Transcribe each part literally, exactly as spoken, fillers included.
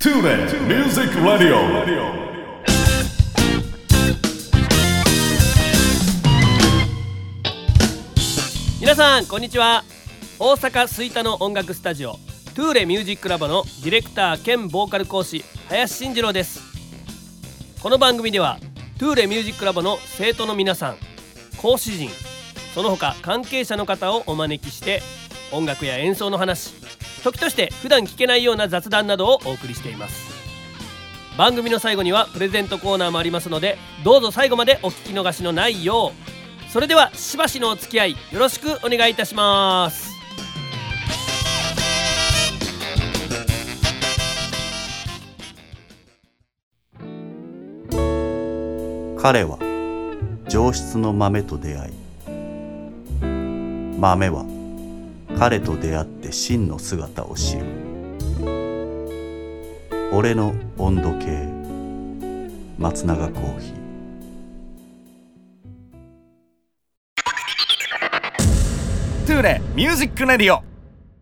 トゥーレイミュージックラディオ。 皆さんこんにちは。大阪吹田の音楽スタジオトゥーレミュージックラボのディレクター兼ボーカル講師林慎二郎です。この番組ではトゥーレミュージックラボの生徒の皆さん、講師陣、その他関係者の方をお招きして音楽や演奏の話、時として普段聞けないような雑談などをお送りしています。番組の最後にはプレゼントコーナーもありますので、どうぞ最後までお聞き逃しのないよう。それではしばしのお付き合いよろしくお願いいたします。 彼は上質の豆と出会い、豆は彼と出会って真の姿を知る。俺の温度計、松永コーヒー。 トゥーレミュージックラディオ。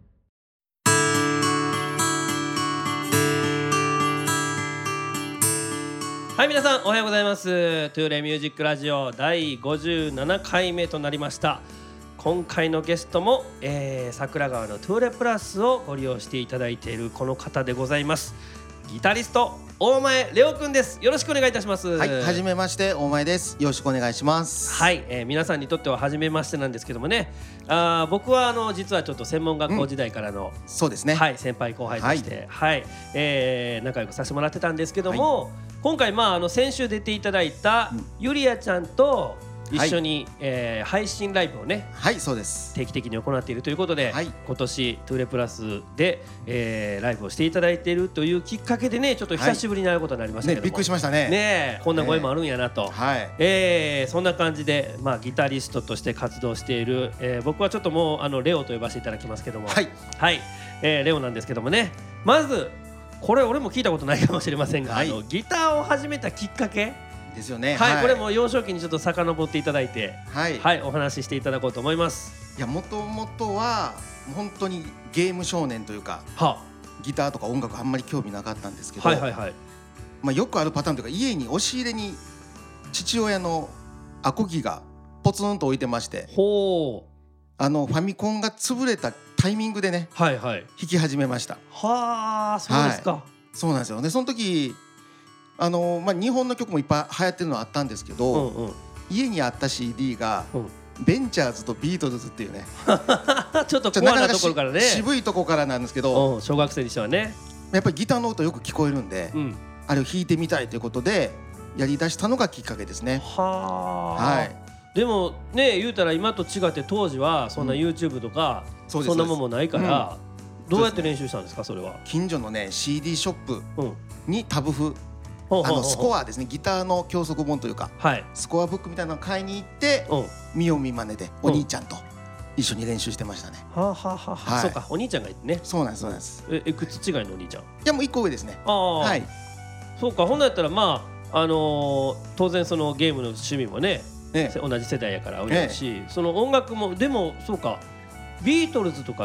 はい、皆さんおはようございます。トゥーレミュージックラジオだいごじゅうななかいめとなりました。今回のゲストも、えー、桜川のトゥーレプラスをご利用していただいているこの方でございます。ギタリスト大前レオくんです。よろしくお願いいたします。 はい、はじめまして大前です。よろしくお願いします。 はい、えー、皆さんにとってははじめましてなんですけどもね、あ僕はあの実はちょっと専門学校時代からの、 うん、そうですね、 はい、先輩後輩として、はいはい、えー、仲良くさせてもらってたんですけども、はい、今回、まあ、あの先週出ていただいたゆりやちゃんと一緒に、はい、えー、配信ライブをね、 はい、そうです、 定期的に行っているということで、はい、今年トゥーレプラスで、えー、ライブをしていただいているというきっかけでね、ちょっと久しぶりに会うことになりましたけども、 はいね、びっくりしましたね。 ね、こんな声もあるんやなと、 えーはいえー、そんな感じで、まあ、ギタリストとして活動している、えー、僕はちょっともうあのレオと呼ばせていただきますけども、はい、はい、えー、レオなんですけどもね、まずこれ俺も聞いたことないかもしれませんが、はい、あのギターを始めたきっかけですよね。 はい、 はい、 これも幼少期にちょっと遡っていただいて、はい、はい、お話ししていただこうと思います。 いや、もともとは本当にゲーム少年というか、はあ、ギターとか音楽あんまり興味なかったんですけど、はいはいはい、まあ、よくあるパターンというか、家に押し入れに父親のアコギがポツンと置いてまして、ほう、あのファミコンが潰れたタイミングでね、はいはい、弾き始めました。 はあ、そうですか。 はい、そうなんですよね。その時あの、まあ、日本の曲もいっぱい流行ってるのはあったんですけど、うんうん、家にあった シーディー が、うん、ベンチャーズとビートルズっていうねちょっとコアなところからね、 渋いところからなんですけど、 うん、小学生にしてはね、 やっぱりギターの音よく聞こえるんで、うん、あれを弾いてみたいということでやりだしたのがきっかけですね。は、はい、 でもね、言うたら今と違って当時はそんな YouTube とか、うん、そんなもんもないから、うん、どうやって練習したんですか？それは近所のね シーディー ショップにタブ譜、あのスコアですね、ギターの教則本というか、はい、スコアブックみたいなのを買いに行って、うん、見よう見まねでお兄ちゃんと一緒に練習してましたね。 はあ、はあはあ、はい、そうか、お兄ちゃんがいてね。 そうなんです、そうなんです。 え、いくつ違いのお兄ちゃん？いや、もう一個上ですね。 あ、はい、そうか。ほんなやったら、まああのー、当然そのゲームの趣味もね、ね、同じ世代やからあるし、ね、その音楽もでもそうか、ビートルズとかって、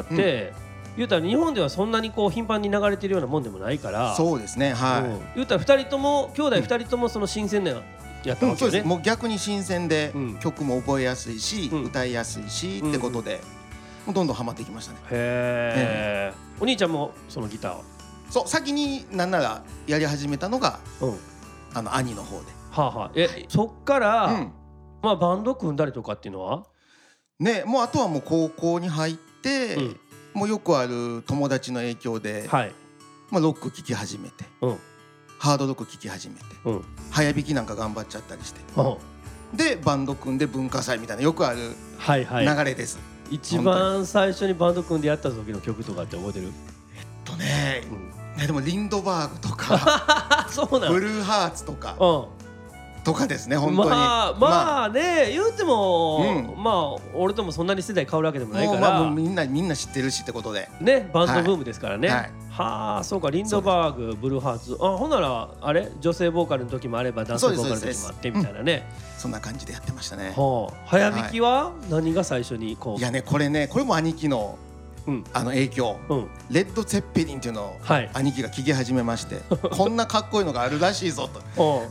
うん、言うたら日本ではそんなにこう頻繁に流れてるようなもんでもないから、 そうですね、はい、うん、 言うたらふたりとも兄弟ふたりともその新鮮なやったわけよね、うん、そうです。 もう逆に新鮮で、うん、曲も覚えやすいし、うん、歌いやすいし、うん、ってことでもうどんどんハマってきましたね。 へー、お兄ちゃんもそのギターをそう先になんならやり始めたのが、うん、あの兄の方で、 はあはあ、え、はい、そっから、うん、まあ、バンド組んだりとかっていうのはね、もうあとはもう高校に入って、うん、もうよくある友達の影響で、はい、まあ、ロック聴き始めて、うん、ハードロック聴き始めて、うん、早弾きなんか頑張っちゃったりして、うん、でバンド組んで文化祭みたいなよくある流れです。 はいはい、一番最初にバンド組んでやった時の曲とかって覚えてる？ えっとね、うん、ね、でもリンドバーグとかそうなん、ブルーハーツとか、うん、とかですね、本当に。 まあまあね、言うても、うん、まあ俺ともそんなに世代変わるわけでもないから、 まあ、もうみんなみんな知ってるしってことでね、バンドブームですからね。はい、はあ、そうか、リンドバーグ、ブルーハーツ、あ、ほんならあれ女性ボーカルの時もあれば男性ボーカルの時もあってみたいなね、 うん、そんな感じでやってましたね。 はあ、早弾きは何が最初にこう？ いやね、これね、これも兄貴のうん、 あの影響、うん、レッド・ツェッペリンっていうのを兄貴が聞き始めまして、はい、こんなかっこいいのがあるらしいぞと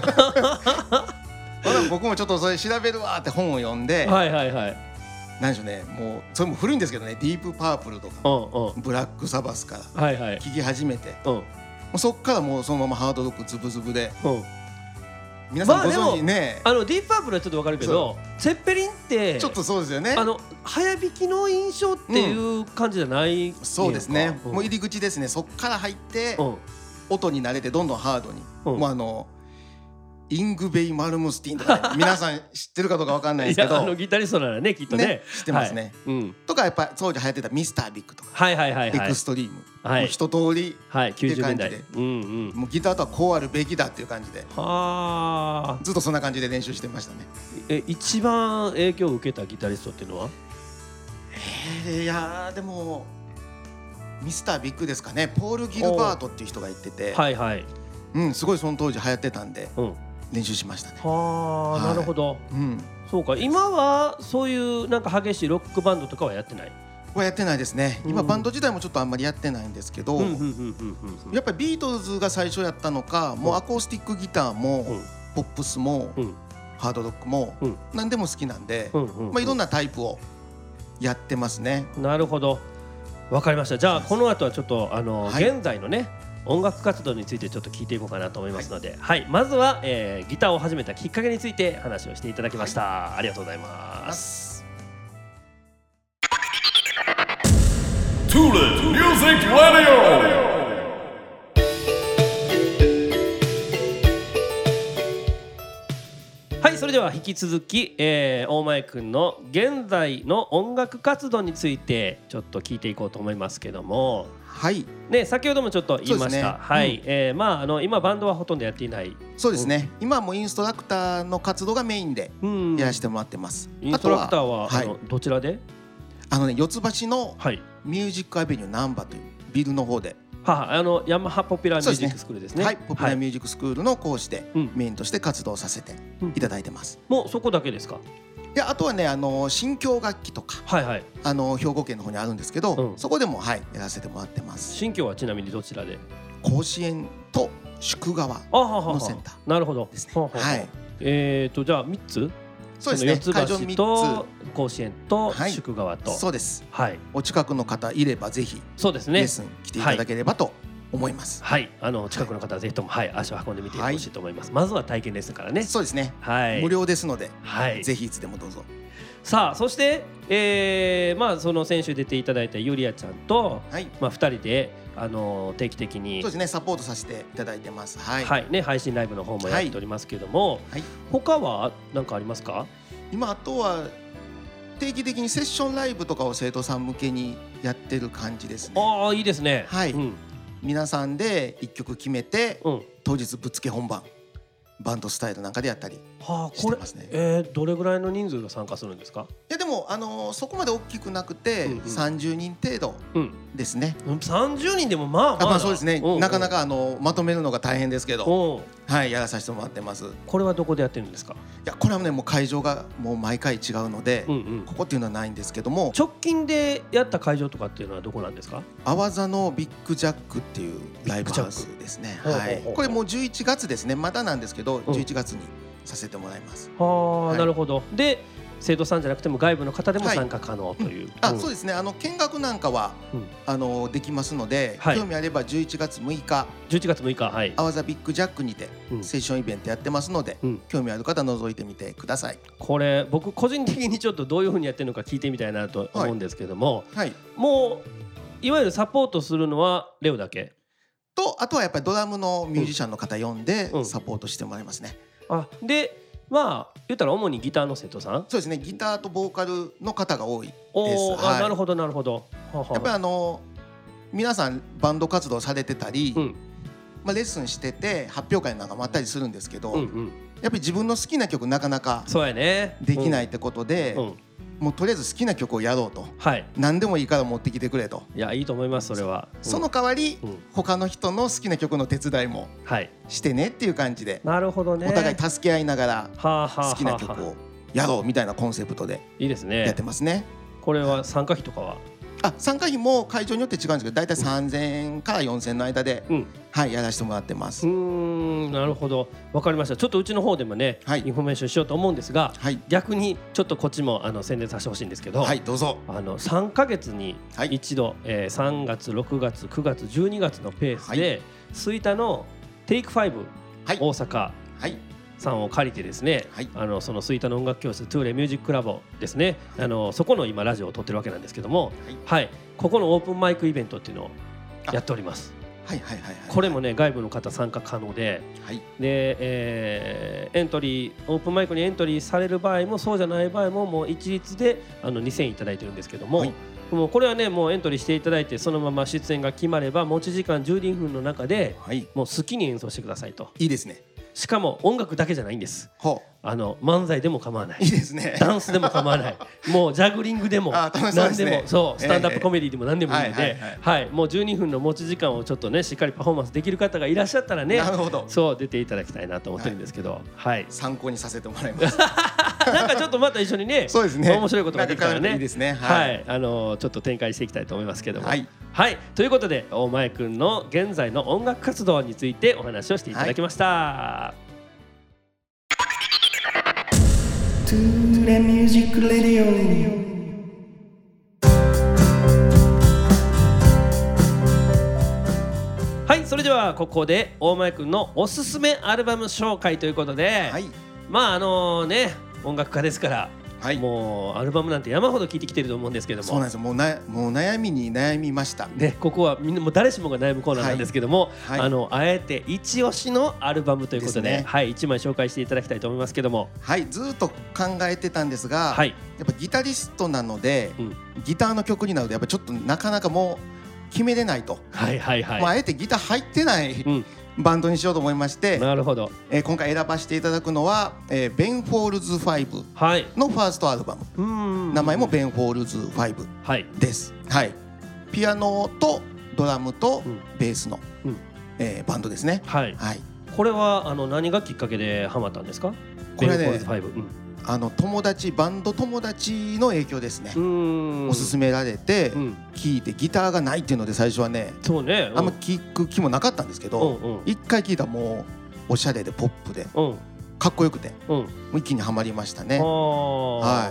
僕もちょっとそれ調べるわって本を読んで、 はいはいはい、 なんでしょうね、もうそれも古いんですけどね、ディープパープルとか、うんうん、ブラックサバスから聞き始めて、はいはい、もうそっからもうそのままハードロックズブズブで、うん、皆さんご存知ね、 まあ、あのディープパープルはちょっと分かるけど、ツェッペリンってちょっとそうですよね、 あの早弾きの印象っていう感じじゃない、 うん、そうですね、うん、もう入り口ですね、そっから入って、うん、音に慣れてどんどんハードに、うん、もうあのイングベイ・マルムスティンとか、ね、皆さん知ってるかどうか分かんないですけどいやあのギタリストならねきっと ね, ね知ってますね、はい、うん、とかやっぱ当時流行ってたミスタービッグとか、 はいはいはいはい、 エクストリーム、 はい、 もう一通りっていう感じで、はい、 うんうん、 もうギターとはこうあるべきだっていう感じで、はずっとそんな感じで練習してましたね。 え一番影響を受けたギタリストっていうのは、 えー、いやでもミスタービッグですかね。ポール・ギルバートっていう人が言ってて、 はいはい、 うん、すごいその当時流行ってたんで、うん、練習しましたね。 はあ、はい、なるほど、うん、そうか。今はそういうなんか激しいロックバンドとかはやってない？ はやってないですね。今、うん、バンド自体もちょっとあんまりやってないんですけど、やっぱりビートルズが最初やったのか、もうアコースティックギターも、うん、ポップスも、うん、ハードロックも、うん、何でも好きなんで、うんうんうん、まあ、いろんなタイプをやってますね。 なるほど、わかりました。じゃあこの後はちょっとあの、はい、現在のね音楽活動についてちょっと聞いていこうかなと思いますので、はい、はい、まずは、えー、ギターを始めたきっかけについて話をしていただきました、はい、ありがとうございます。 トゥーレットミュージックラディオ。 はい、それでは引き続き、えー、大前くんの現在の音楽活動についてちょっと聞いていこうと思いますけども、 はいね、先ほどもちょっと言いました、ね、はい、うん、えーまあ、あの今バンドはほとんどやっていない。 そうですね、うん、今はもうインストラクターの活動がメインでやらせてもらってます、 うん、インストラクターは、はい、あのどちらで？ あのね、四つ橋のミュージックアベニューナンバーというビルの方で、 はあ、あのヤマハポピュラーミュージックスクールですね。 はい、ポピュラーミュージックスクールの講師でメインとして活動させていただいてます、 うん、もうそこだけですか？ いや、あとはね、あの新京楽器とか、はいはい、あの兵庫県の方にあるんですけど、うん、そこでも、はい、やらせてもらってます。 新京はちなみにどちらで？ 甲子園と宿川のセンター、 なるほどですね。はい、 えーとじゃあみっつ、 そうですね、 四つ橋と甲子園と宿川と、 はい、そうです、はい、お近くの方いればぜひそうですね、 レッスン来ていただければと思います。 はい、あの近くの方はぜひとも、はい、足を運んでみてほしいと思います、はい、まずは体験レッスンからね。 そうですね、はい、無料ですので、はい、ぜひいつでもどうぞ。 さあ、そして、えーまあ、その先週出ていただいたゆりあちゃんと、はい、まあ、ふたりで、あのー、定期的にそうですね、サポートさせていただいてます。はい、 はいね、配信ライブの方もやっておりますけども、はい、他は何かありますか？ 今あとは定期的にセッションライブとかを生徒さん向けにやってる感じですね。 ああ、いいですね。 はい、うん、皆さんでいっきょく決めて、うん、当日ぶっつけ本番バンドスタイルなんかでやったりしてますね。 はあ、これ、えー、どれぐらいの人数が参加するんですか？ いや、でも、あのー、そこまで大きくなくて、うんうん、さんじゅうにん程度ですね、 うん、さんじゅうにんでもまあまあ、 まあそうですね、うんうん、なかなか、あのー、まとめるのが大変ですけど、はい、やらさせてもらってます。 これはどこでやってるんですか？ いや、これはね、もう会場がもう毎回違うので、うんうん、ここっていうのはないんですけども、 直近でやった会場とかっていうのはどこなんですか？ 阿波座のビッグジャックっていうライブハウスですね。はい、これもうじゅういちがつですね、まだなんですけど、じゅういちがつにさせてもらいます。 はあ、はい、なるほど。で、生徒さんじゃなくても外部の方でも参加可能という、 はい、うん、あ、そうですね、あの見学なんかは、うん、あのできますので、はい、興味あればじゅういちがつむいかじゅういちがつむいか、はい、 阿波座ビッグジャックにてセッションイベントやってますので、うん、興味ある方覗いてみてください。 これ僕個人的にちょっとどういう風にやってるのか聞いてみたいなと思うんですけども、はいはい、もういわゆるサポートするのはレオだけと、あとはやっぱりドラムのミュージシャンの方呼んでサポートしてもらいますね。 うんうん、あ、で、まあ言ったら主にギターの生徒さん？ そうですね、ギターとボーカルの方が多いです。 お、はい、あ、なるほどなるほど。はは、 やっぱりあの皆さんバンド活動されてたり、うん、まあ、レッスンしてて発表会なんかもあったりするんですけど、うんうん、やっぱり自分の好きな曲なかなかできないってことで、うんうん、もうとりあえず好きな曲をやろうと、はい、何でもいいから持ってきてくれと。 いや、いいと思います、それは。 そ, その代わり、うん、他の人の好きな曲の手伝いもしてねっていう感じで、 なるほどね、 お互い助け合いながら好きな曲をやろうみたいなコンセプトでやってますね。 これは参加費とかは？ あ参加費も会場によって違うんですけどだいたいさんぜんえんからよんせんえんの間で、うんはい、やらせてもらってます。 うーんなるほどわかりました。ちょっとうちの方でもね、はい、インフォメーションしようと思うんですが、はい、逆にちょっとこっちもあの宣伝させてほしいんですけど、 はいどうぞ。 あのさんかげつに一度、はいえー、さんがつろくがつくがつじゅうにがつのペースで、はい、吹田のテイクファイブ、はい、大阪、はいさんを借りてですね、はい、あのその吹田の音楽教室トゥーレミュージックラボですね、はい、あのそこの今ラジオを撮ってるわけなんですけども、はいはい、ここのオープンマイクイベントっていうのをやっております。はいはいはいはい、これもね外部の方参加可能で、はい、で、えー、エントリーオープンマイクにエントリーされる場合もそうじゃない場合ももう一律であのにせんえんいただいてるんですけども、はい、もうこれはねもうエントリーしていただいてそのまま出演が決まれば持ち時間じゅうにふんの中で、はい、もう好きに演奏してくださいと。 いいですね。 しかも音楽だけじゃないんです。あの漫才でも構わない。 いいですね。 ダンスでも構わない。もうジャグリングでも何でもそうスタンダップコメディでも何でもいいので、はいもうじゅうにふんの持ち時間をちょっとねしっかりパフォーマンスできる方がいらっしゃったらね、なるほどそう出ていただきたいなと思ってるんですけど、はい、 参考にさせてもらいます。 なんかちょっとまた一緒にね、 そうですね。 面白いことができたらね、 いいですね。 はい、あのちょっと展開していきたいと思いますけども、はい、はい、ということで大前くんの現在の音楽活動についてお話をしていただきました。トゥーレミュージックレディオ。はい、それではここで大前くんのおすすめアルバム紹介ということで、はい、まああのね音楽家ですから、はい、もうアルバムなんて山ほど聴いてきてると思うんですけども、 そうなんですよ。もうなもう悩みに悩みました、 ね、ここはみんなもう誰しもが悩むコーナーなんですけども、はいはい、あのあえて一押しのアルバムということで、ね、はい、いちまい紹介していただきたいと思いますけども、 はい、ずっと考えてたんですが、はい、やっぱギタリストなので、うん、ギターの曲になるとやっぱちょっとなかなかもう決めれないと、はいはいはい、もうあえてギター入ってない、うんバンドにしようと思いまして、なるほど、えー、今回選ばせていただくのは、えー、ベン・フォールズファイブのファーストアルバム、はい、名前もベン・フォールズファイブです、はいはい、ピアノとドラムとベースの、うんえー、バンドですね、はいはい、 これはあの何がきっかけでハマったんですか？ これね、ベン・フォールズファイブ、うん、あの友達バンド友達の影響ですね。うーんおすすめられて聴いて、ギターがないっていうので最初はね、そうね、うん、あんま聴く気もなかったんですけど、うんうん、一回聴いたらもうおしゃれでポップで、うん、かっこよくて、うん、もう一気にはまりましたね。 はい、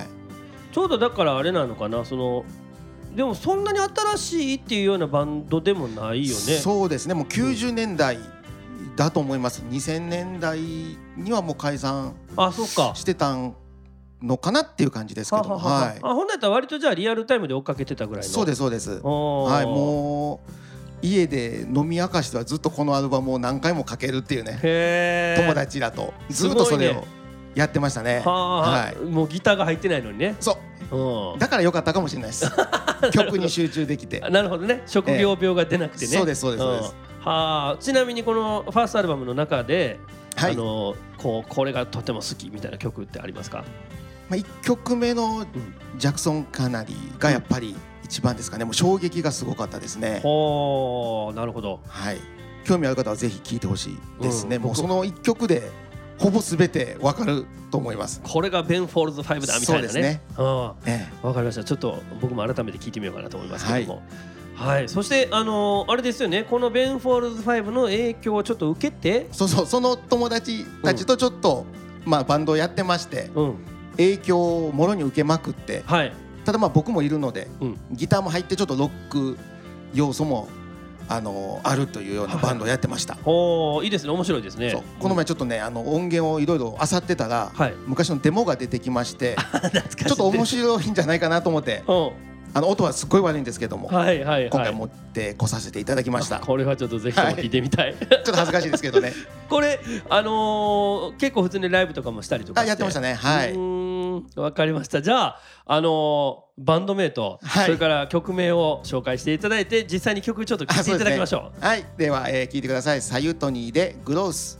ちょうどだからあれなのかな、そのでもそんなに新しいっていうようなバンドでもないよね。 そうですね、もうきゅうじゅうねんだいだと思います。にせんねんだいにはもう解散してたんのかなっていう感じですけども、ははい、あ本来だったら割とじゃあリアルタイムで追っかけてたぐらいの。 そうですそうです、はい、もう家で飲み明かしてはずっとこのアルバムを何回もかけるっていうね、へ友達らとずっとそれをやってましたね。 はい、もうギターが入ってないのにね。 そうだから良かったかもしれないです曲に集中できてなるほどね、職業病が出なくてね、 えー、そうですそうですそうです。 はちなみにこのファーストアルバムの中で、はい、あのこうこれがとても好きみたいな曲ってありますか？ まあ、いっきょくめのジャクソン・カナリーがやっぱり一番ですかね。もう衝撃がすごかったですね。 ほー、なるほど、 はい、興味ある方はぜひ聴いてほしいですね、うん、もうそのいっきょくでほぼ全てわかると思います。 これがベン・フォールズファイブだみたいなね。そうですね、わ、 ええ、かりました。ちょっと僕も改めて聞いてみようかなと思いますけども、はいはい、そしてあのー、あれですよね、このベン・フォールズファイブの影響をちょっと受けて、 そうそう、その友達たちとちょっと、うんまあ、バンドをやってまして、うん影響をもろに受けまくって、はい、ただまあ僕もいるので、うん、ギターも入ってちょっとロック要素も、あのー、あるというようなバンドをやってました。はい、 おいいですね、面白いですね。そうこの前ちょっとね、あの音源をいろいろ漁ってたら、はい、昔のデモが出てきましてちょっと面白いんじゃないかなと思って、あの音はすっごい悪いんですけども、はいはいはい、今回持ってこさせていただきました。 これはちょっとぜひとも聞いてみたい、はい、 ちょっと恥ずかしいですけどねこれ、あのー、結構普通にライブとかもしたりとかして。 あやってましたね。はい、うーん、わかりました。じゃあ、あのー、バンド名と、はい、それから曲名を紹介していただいて実際に曲ちょっと聴いていただきましょう。 ね、はい、では、えー、聴いてください。サユトニーでグロース。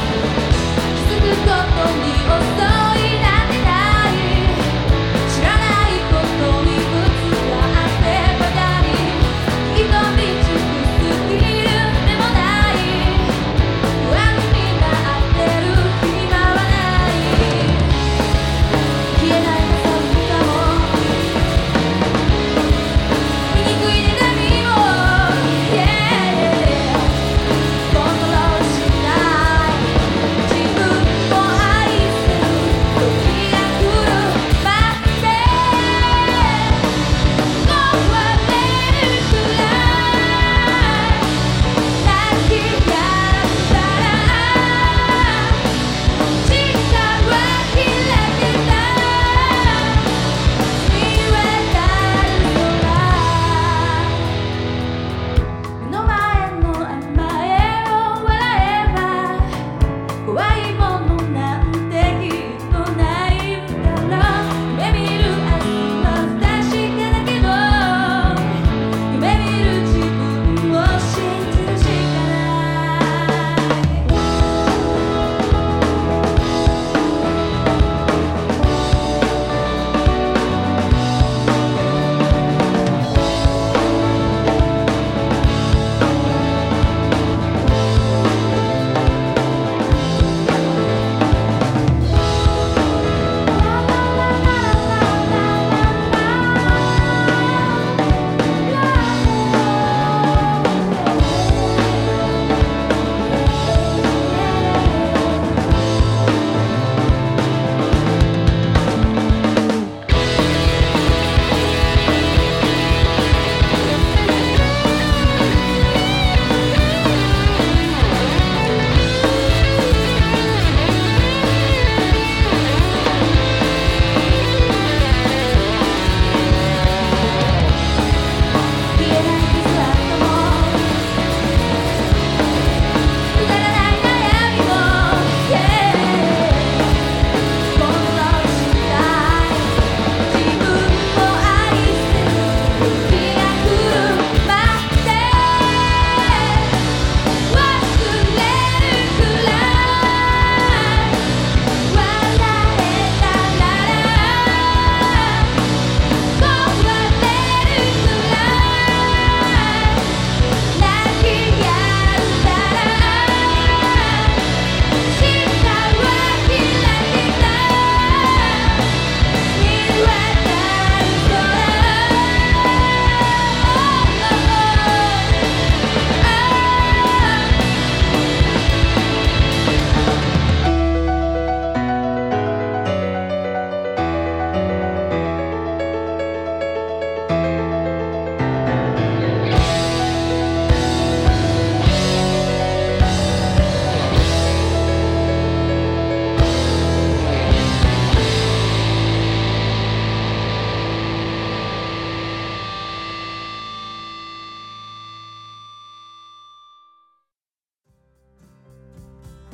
知らない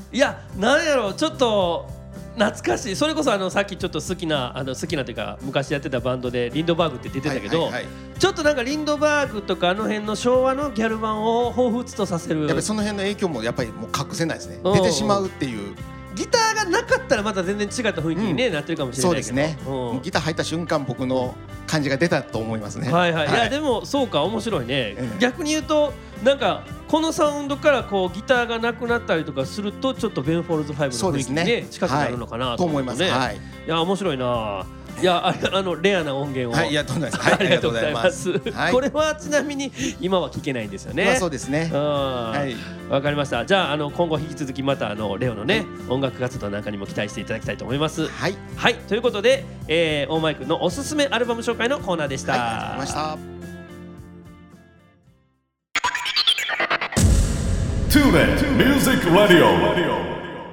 いやなんやろうちょっと懐かしい。それこそあのさっきちょっと好きなあの好きなというか昔やってたバンドでリンドバーグって出てたけど、はいはいはい、ちょっとなんかリンドバーグとかあの辺の昭和のギャル版を彷彿とさせる。 やっぱりその辺の影響もやっぱりもう隠せないですね。出てしまうっていう。 ギターがなかったらまた全然違った雰囲気に、ねうん、なってるかもしれないけど。 そうですね、うん、ギター入った瞬間僕の感じが出たと思いますね。 はいはい、はい、いやでもそうか面白いね、うん、逆に言うとなんかこのサウンドからこうギターがなくなったりとかするとちょっとベン・フォールズファイブの雰囲気に、ねね、近くなるのかなと思いますね、はい、いや面白いな。いや あ, あのレアな音源を、はい、いやとんでもないです、はい、ありがとうございます、はい、これはちなみに今は聞けないんですよね。 まあ、そうですね。 わ、はい、かりました。じゃあ、あの今後引き続きまたあのレオのね、はい、音楽活動なんかにも期待していただきたいと思います。はい、はい、ということで、えー、大前くんのおすすめアルバム紹介のコーナーでした。はい、ありがとうございました。TuneIn Music Radio。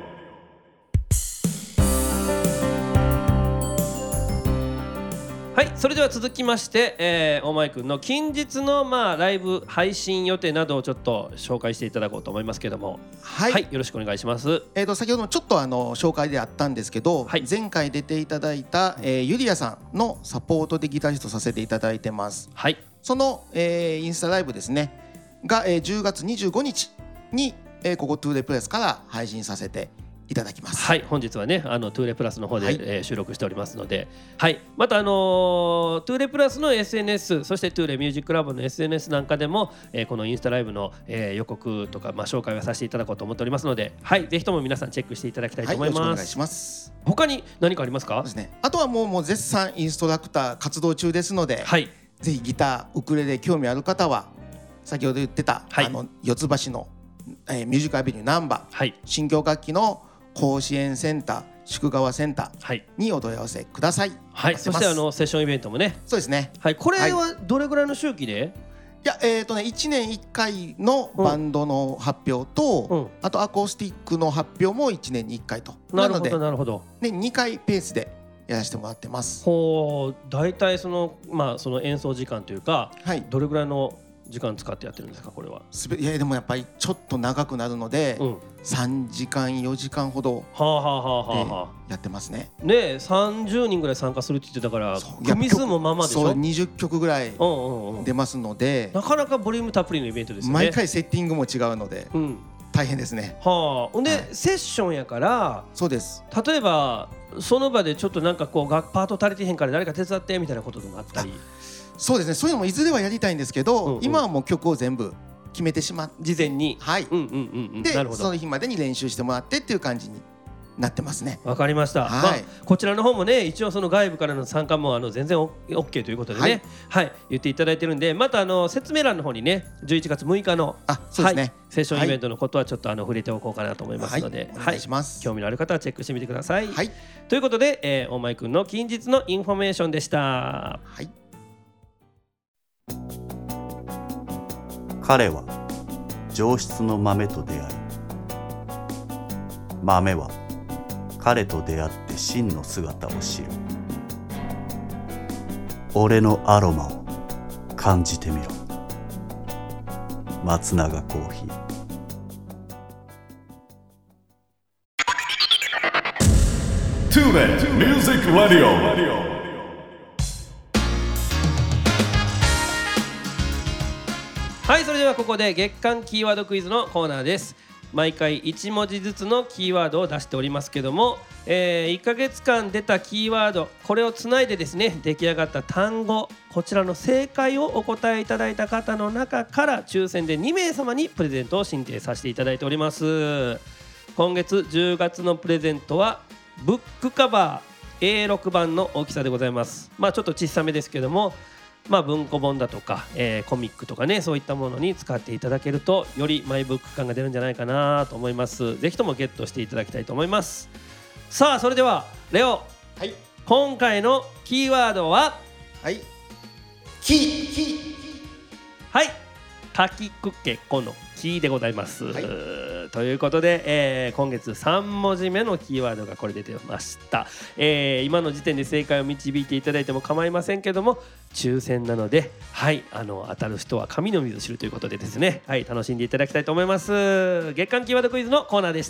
はい、それでは続きまして、えー、大前くんの近日の、まあ、ライブ配信予定などをちょっと紹介していただこうと思いますけども、はい、はい、よろしくお願いします。 えー、と先ほどもちょっとあの紹介であったんですけど、はい、前回出ていただいた、えー、ゆりやさんのサポートでギタリストさせていただいてます。はい、その、えー、インスタライブですねが、えー、じゅうがつにじゅうごにちに、えー、ここトゥーレプレスから配信させていただきます。 はい、本日はねあのトゥーレプラスの方で、はい、えー、収録しておりますので、はい、またあのー、トゥーレプラスの エスエヌエス そしてトゥーレミュージックラボの エスエヌエス なんかでも、えー、このインスタライブの、えー、予告とか、まあ、紹介をさせていただこうと思っておりますので、はい、ぜひとも皆さんチェックしていただきたいと思います。はい、よろしくお願いします。他に何かありますか？ ですね、あとはもう、もう絶賛インストラクター活動中ですので、はい、ぜひギターウクレレ興味ある方は先ほど言ってた、はい、あの四つ橋の、えー、ミュージックアベニューナンバー、はい、新京楽器の甲子園センター宿川センターにお問い合わせください。 はい、そしてあのセッションイベントもね。 そうですね。 はい、これはどれぐらいの周期で？はい、 いやえーとねいちねんいっかいのバンドの発表と、うん、あとアコースティックの発表もいちねんにいっかいと。 なるほどなるほど。 ね、にかいペースでやらせてもらってます。 ほう、だいたいそのまあその演奏時間というか、はい、どれぐらいの時間使ってやってるんですかこれは？ いやでもやっぱりちょっと長くなるので、うん、さんじかんよじかんほどやってますね。 ねえさんじゅうにんぐらい参加するって言ってたから組数もまあまあでしょ。 そうにじゅっきょくぐらい出ますので、 なかなかボリュームたっぷりのイベントですよね。 毎回セッティングも違うので、うん、大変ですね。 はあ、で、はい、セッションやからそうです。 例えばその場でちょっとなんかこうパート足りてへんから誰か手伝ってみたいなことでもあったり。 そうですね、そういうのもいずれはやりたいんですけど、うんうん、今はもう曲を全部決めてしまって事前に、 はい、うんうんうんうん、でその日までに練習してもらってっていう感じになってますね。 わかりました、はい、まあ、こちらの方もね一応その外部からの参加もあの全然 OK ということでね、はい、はい、言っていただいてるんで、またあの説明欄の方にねじゅういちがつむいかのあそうですね、はい、 セッションイベントのことはちょっとあの触れておこうかなと思いますので、 はい、お願いします、 はい、興味のある方はチェックしてみてください。はい、ということで、えー、大前くんの近日のインフォメーションでした。はい、 彼は上質の豆と出会い、豆は彼と出会って真の姿を知る。俺のアロマを感じてみろ。松永コーヒー。 TuneIn Music Radio。 はい、それではここで月間キーワードクイズのコーナーです。毎回いち文字ずつのキーワードを出しておりますけども、えー、いっかげつかん出たキーワード、これをつないでですね出来上がった単語、こちらの正解をお答えいただいた方の中から抽選でにめいさまにプレゼントを進呈させていただいております。今月じゅうがつのプレゼントはブックカバー エーろく 番の大きさでございます。まあちょっと小さめですけども、まあ、文庫本だとか、えー、コミックとかね、そういったものに使っていただけるとよりマイブック感が出るんじゃないかなと思います。ぜひともゲットしていただきたいと思います。さあそれではレオ、はい、今回のキーワードははいキーキーはいかきくけこのキーでございます、はい、 ということで、えー、今月さん文字目のキーワードがこれ出てました、えー、今の時点で正解を導いていただいても構いませんけども抽選なので、はい、あの当たる人は神の水知るということでですね、はい、楽しんでいただきたいと思います。月間キーワードクイズのコーナーでした。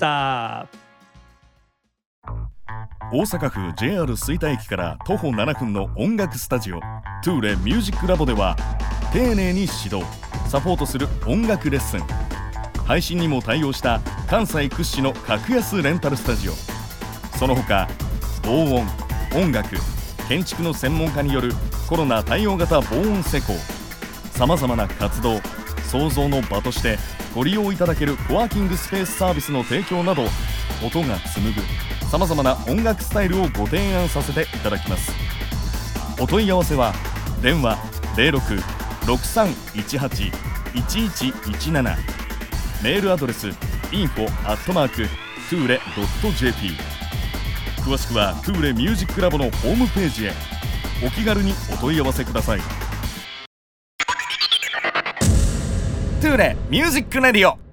大阪府 ジェイアール 吹田駅から徒歩ななふんの音楽スタジオトゥーレミュージックラボでは丁寧に指導サポートする音楽レッスン、配信にも対応した関西屈指の格安レンタルスタジオ、その他防音、音楽、建築の専門家によるコロナ対応型防音施工、さまざまな活動創造の場としてご利用いただけるコワーキングスペースサービスの提供など、音が紡ぐさまざまな音楽スタイルをご提案させていただきます。お問い合わせは電話 ゼロろく ろくさんいちはち いちいちいちなな、 メールアドレス インフォ アットマーク トゥーレ ドット ジェーピー、 詳しくはトゥーレミュージックラボのホームページへお気軽にお問い合わせください。トゥーレミュージックレディオ。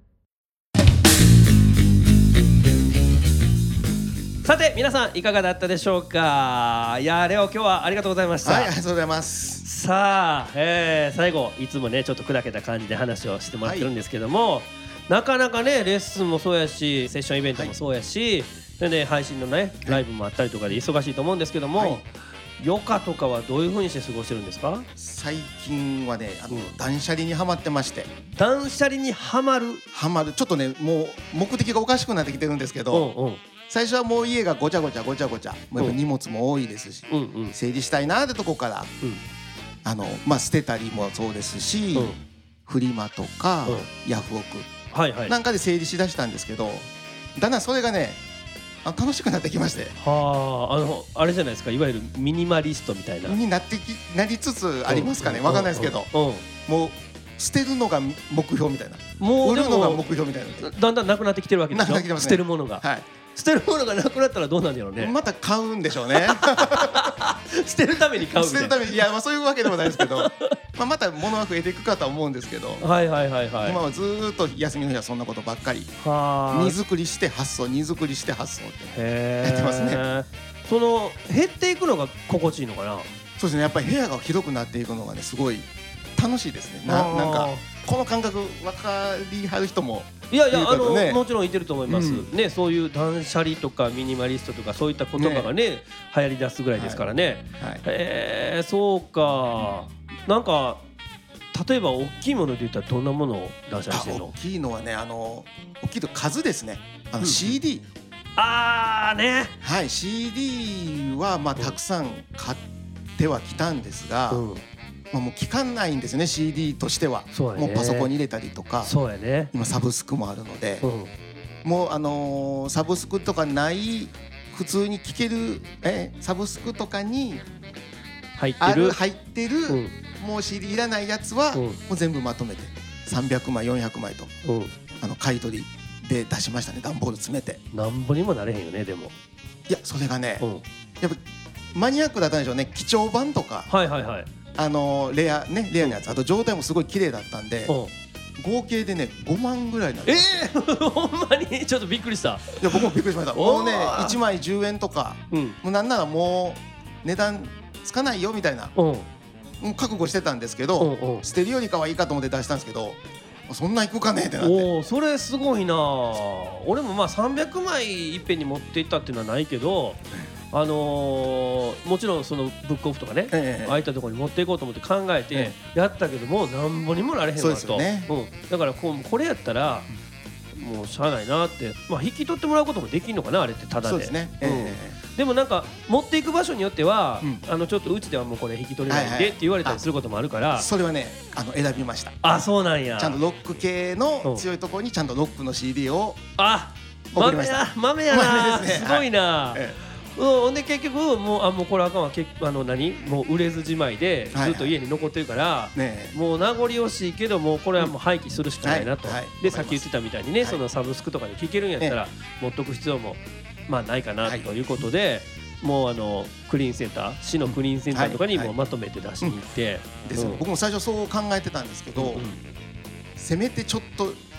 さて皆さんいかがだったでしょうか。いやレオ今日はありがとうございました。 はい、ありがとうございます。 さあ、えー、最後いつもねちょっと砕けた感じで話をしてもらってるんですけども、はい、なかなかねレッスンもそうやしセッションイベントもそうやし、はい、それで配信のねライブもあったりとかで忙しいと思うんですけども、はい、余暇とかはどういう風にして過ごしてるんですか。 最近はねあの、うん、断捨離にハマってまして。 断捨離にハマるハマるちょっとねもう目的がおかしくなってきてるんですけど、うんうん、最初はもう家がごちゃごちゃごちゃごちゃ、もうやっぱ荷物も多いですし、うんうん、整理したいなーってとこから、うん、あのまあ、捨てたりもそうですし、うん、フリマとか、うん、ヤフオク、はいはい、なんかで整理しだしたんですけど、だんだんそれがねあ楽しくなってきまして、 はあ、あのあれじゃないですか、いわゆるミニマリストみたいなになってきなりつつありますかね、わかんないですけど、うんうん、もう捨てるのが目標みたいな、もう売るのが目標みたいな、 だんだんなくなってきてるわけでしょ、 ね、 捨てるものが、はい、捨てるものがなくなったらどうなんだろうね。 また買うんでしょうね捨てるために買うみたいな、 捨てるために、いや、まあ、そういうわけでもないですけどまあまた物は増えていくかとは思うんですけど、 はいはいはいはい、 今はずーっと休みの日はそんなことばっかり、荷造りして発送荷造りして発送ってやってますね。 その減っていくのが心地いいのかな。 そうですね、やっぱり部屋が広くなっていくのがねすごい楽しいですね。な, なんかこの感覚分かりはる人もいやいや、ね、あのもちろんいてると思います、うん、ね、そういう断捨離とかミニマリストとかそういった言葉がね、ね流行り出すぐらいですからね、はいはい、えー、そうか、なんか例えば大きいもので言ったらどんなものを断捨離してるの。 大きいのはね、あの大きいと数ですね、あの シーディー、うん、 あーね、 はい、シーディー はまあたくさん買ってはきたんですが、うん、まあ、もう聞かないんですよね シーディー としては。そうやね、もうパソコンに入れたりとか、 そうやね、 今サブスクもあるので、うん、もうあのー、サブスクとかない普通に聴けるえサブスクとかに入ってる入ってる、うん、もう シーディー いらないやつは、うん、もう全部まとめてさんびゃくまいよんひゃくまいと、うん、あの買い取りで出しましたね、段ボール詰めて。 なんぼにもなれへんよね。でもいや、それがね、うん、やっぱマニアックだったんでしょうね。貴重版とか、 はいはいはい、 あのレアね、レアなやつ、あと状態もすごい綺麗だったんで、うん、合計でねごまんぐらいになりました。 えー、ほんまにちょっとびっくりした。いや僕もびっくりしました。もうねいちまいじゅうえんとか、うん、もうなんならもう値段つかないよみたいな、うん、もう覚悟してたんですけど、うんうん、捨てるよりかはいいかと思って出したんですけど、そんないくかねってなって。 おー、それすごいな。俺もまあさんびゃくまいいっぺんに持っていったっていうのはないけど、あのー、もちろんそのブックオフとかね、ええ、ああいったところに持っていこうと思って考えてやったけども、なんぼにもなれへんわと。そうですよね、うん、だからこうこれやったらもうしゃあないなって、まあ、引き取ってもらうこともできるのかな、あれってただで。そうですね、ええ、うん、でもなんか持っていく場所によっては、うん、あのちょっとうちではもうこれ引き取れないんでって言われたりすることもあるから、はいはい、 それはねあの選びました。 あ、そうなんや。 ちゃんとロック系の強いところにちゃんとロックの シーディー を送りました。あ、豆や豆やな、ね、すごいな、はい、ええ、うん、で結局もうあもうこれあかんわ、けあの何もう売れずじまいでずっと家に残ってるから、はいはい、ね、もう名残惜しいけどもうこれはもう廃棄するしかないなと、うん、はいはい、でさっき言ってたみたいにね、はい、そのサブスクとかで聞けるんやったら、ね、持っとく必要もまあないかなということで、はい、もうあのクリーンセンター市のクリーンセンターとかにもうまとめて出しに行って、 僕も最初そう考えてたんですけど、うんうん、せめてちょっと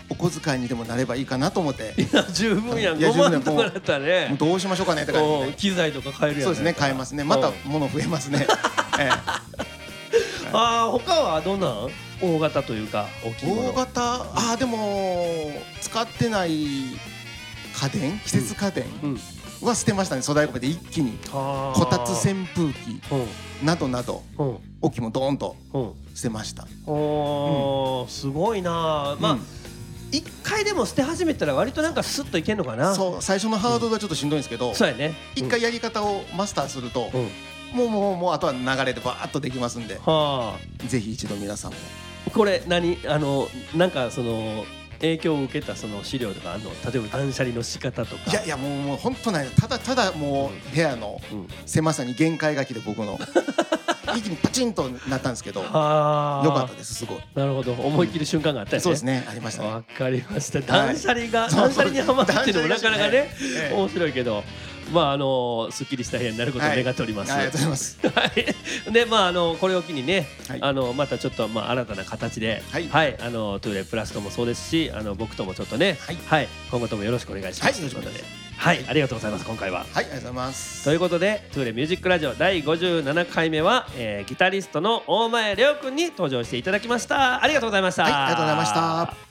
お小遣いにでもなればいいかなと思って。 いや十分やん。ごまんとかだったらね。 もうどうしましょうかねって感じで。 機材とか買えるやん。 そうですね、買えますね。また物増えますね。ええ、 ああ、他はどんなん？大型というか大きいもの。 大型、ああでも使ってない家電、季節家電は捨てましたね。粗大ゴミで一気にこたつ扇風機などなど大きいもドーンと捨てました。 おー、すごいな。まあ一回でも捨て始めたら割となんかスッといけんのかな。 そう、最初のハードルはちょっとしんどいんですけど、 そうやね。 一回やり方をマスターするともうもうもうあとは流れでバーッとできますんで、ぜひ一度皆さんも。 これ何、あのなんかその影響を受けたその資料とかあるの？例えば断捨離の仕方とか。 いやいや、もうもう本当ない。ただただもう部屋の狭さに限界が来て、僕の一気にパチンとなったんですけど、よかったです。すごい。 なるほど、思い切る瞬間があったよね。 そうですね、ありましたね。 わかりました。断捨離が断捨離にハマるっていうのもなかなかね面白いけど、まああのすっきりした部屋になることを願っております。 ありがとうございます。 で、まああのこれを機にね、あのまたちょっとまあ新たな形で、はいあのトゥーレプラスともそうですし、あの僕ともちょっとね、はい今後ともよろしくお願いします。ということで、はい、ありがとうございます。今回は。 はい、ありがとうございます。 ということで、トゥーレミュージックラジオだいごじゅうななかいめは、えー、ギタリストの大前レオくんに登場していただきました。ありがとうございました。 はい、ありがとうございました。